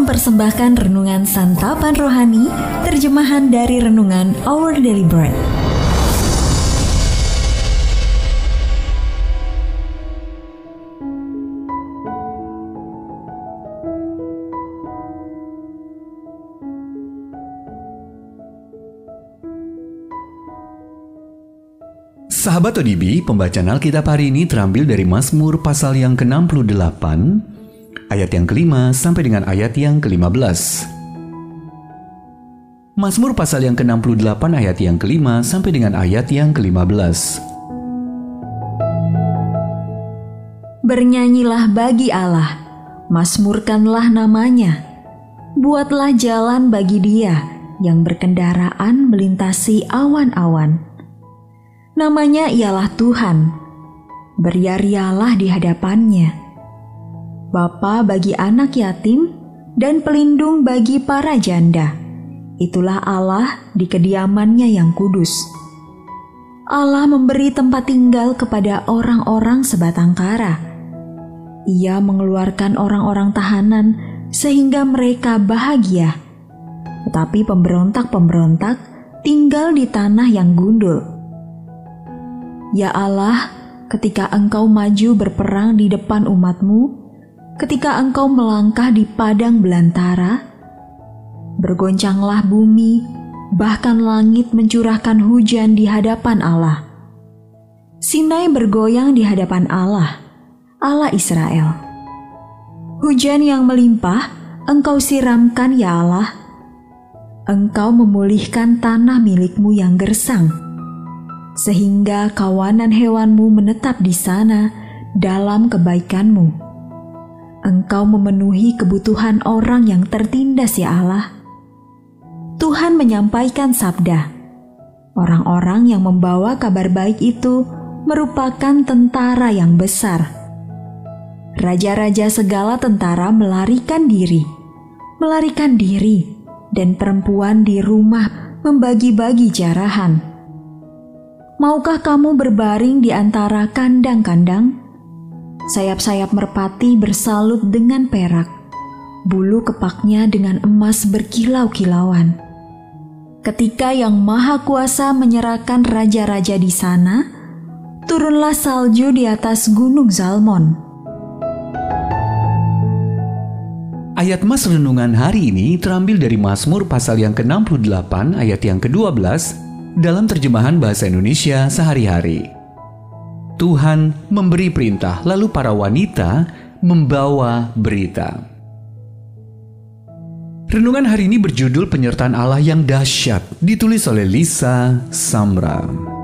mempersembahkan renungan santapan rohani, terjemahan dari renungan Our Daily Bread. Sahabat ODB, pembacaan Alkitab hari ini terambil dari Mazmur pasal yang ke-68, ayat yang ke-5 sampai dengan ayat yang ke-15. Mazmur pasal yang ke-68 ayat yang ke-5 sampai dengan ayat yang ke-15. Bernyanyilah bagi Allah, mazmurkanlah namanya. Buatlah jalan bagi Dia yang berkendaraan melintasi awan-awan. Namanya ialah Tuhan, beria-rialah di hadapannya. Bapa bagi anak yatim dan pelindung bagi para janda. Itulah Allah di kediamannya yang kudus. Allah memberi tempat tinggal kepada orang-orang sebatang kara. Ia mengeluarkan orang-orang tahanan sehingga mereka bahagia. Tetapi pemberontak-pemberontak tinggal di tanah yang gundul. Ya Allah, ketika Engkau maju berperang di depan umat-Mu, ketika Engkau melangkah di padang belantara, bergoncanglah bumi, bahkan langit mencurahkan hujan di hadapan Allah. Sinai bergoyang di hadapan Allah, Allah Israel. Hujan yang melimpah, Engkau siramkan ya Allah. Engkau memulihkan tanah milik-Mu yang gersang, sehingga kawanan hewan-Mu menetap di sana dalam kebaikan-Mu. Engkau memenuhi kebutuhan orang yang tertindas ya Allah. Tuhan menyampaikan sabda. Orang-orang yang membawa kabar baik itu merupakan tentara yang besar. Raja-raja segala tentara melarikan diri, dan perempuan di rumah membagi-bagi jarahan. Maukah kamu berbaring di antara kandang-kandang? Sayap-sayap merpati bersalut dengan perak, bulu kepaknya dengan emas berkilau-kilauan. Ketika Yang Maha Kuasa menyerahkan raja-raja di sana, turunlah salju di atas gunung Zalmon. Ayat Mas renungan hari ini terambil dari Mazmur pasal yang ke-68 ayat yang ke-12 dalam terjemahan bahasa Indonesia sehari-hari. Tuhan memberi perintah, lalu para wanita membawa berita. Renungan hari ini berjudul Penyertaan Allah yang Dahsyat, ditulis oleh Lisa Samra.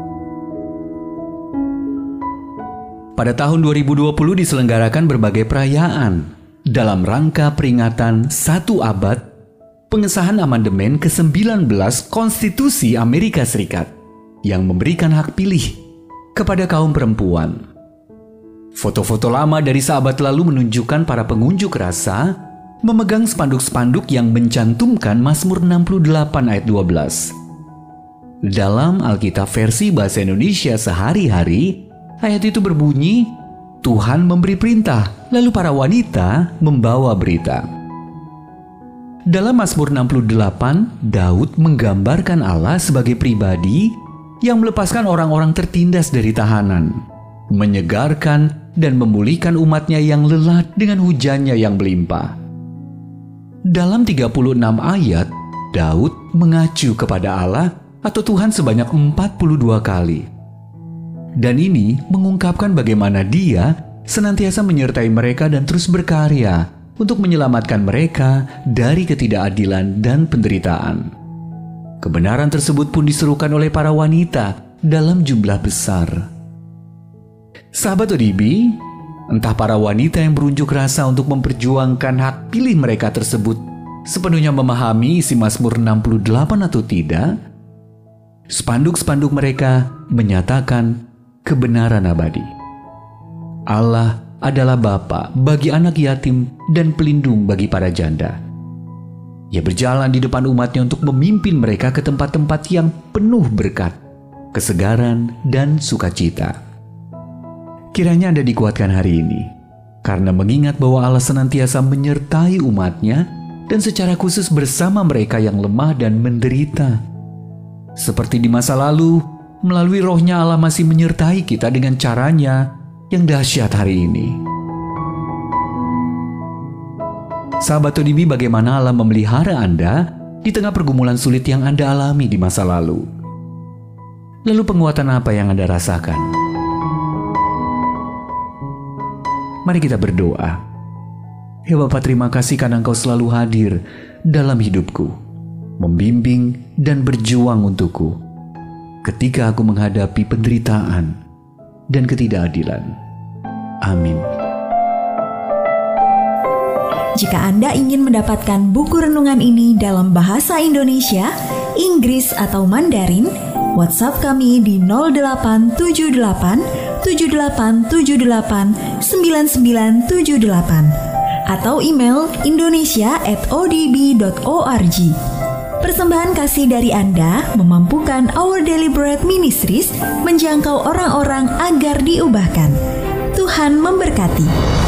Pada tahun 2020 diselenggarakan berbagai perayaan dalam rangka peringatan 1 abad pengesahan amandemen ke-19 Konstitusi Amerika Serikat yang memberikan hak pilih kepada kaum perempuan. Foto-foto lama dari sahabat lalu menunjukkan para pengunjuk rasa memegang spanduk-spanduk yang mencantumkan Mazmur 68 ayat 12. Dalam Alkitab versi bahasa Indonesia sehari-hari, ayat itu berbunyi, Tuhan memberi perintah, lalu para wanita membawa berita. Dalam Mazmur 68, Daud menggambarkan Allah sebagai pribadi yang melepaskan orang-orang tertindas dari tahanan, menyegarkan dan memulihkan umatnya yang lelah dengan hujannya yang melimpah. Dalam 36 ayat, Daud mengacu kepada Allah atau Tuhan sebanyak 42 kali. Dan ini mengungkapkan bagaimana Dia senantiasa menyertai mereka dan terus berkarya untuk menyelamatkan mereka dari ketidakadilan dan penderitaan. Kebenaran tersebut pun diserukan oleh para wanita dalam jumlah besar. Sahabat ODB, entah para wanita yang berunjuk rasa untuk memperjuangkan hak pilih mereka tersebut sepenuhnya memahami isi Mazmur 68 atau tidak, spanduk-spanduk mereka menyatakan kebenaran abadi. Allah adalah Bapa bagi anak yatim dan pelindung bagi para janda. Ia berjalan di depan umatnya untuk memimpin mereka ke tempat-tempat yang penuh berkat, kesegaran, dan sukacita. Kiranya Anda dikuatkan hari ini, karena mengingat bahwa Allah senantiasa menyertai umatnya dan secara khusus bersama mereka yang lemah dan menderita. Seperti di masa lalu, melalui Roh-Nya Allah masih menyertai kita dengan caranya yang dahsyat hari ini. Sahabat ODB, bagaimana Allah memelihara Anda di tengah pergumulan sulit yang Anda alami di masa lalu? Lalu penguatan apa yang Anda rasakan? Mari kita berdoa. Ya Bapa, terima kasih karena Engkau selalu hadir dalam hidupku, membimbing dan berjuang untukku ketika aku menghadapi penderitaan dan ketidakadilan. Amin. Jika Anda ingin mendapatkan buku renungan ini dalam bahasa Indonesia, Inggris atau Mandarin, WhatsApp kami di 0878 7878 9978 atau email indonesia@odb.org. Persembahan kasih dari Anda memampukan Our Daily Bread Ministries menjangkau orang-orang agar diubahkan. Tuhan memberkati.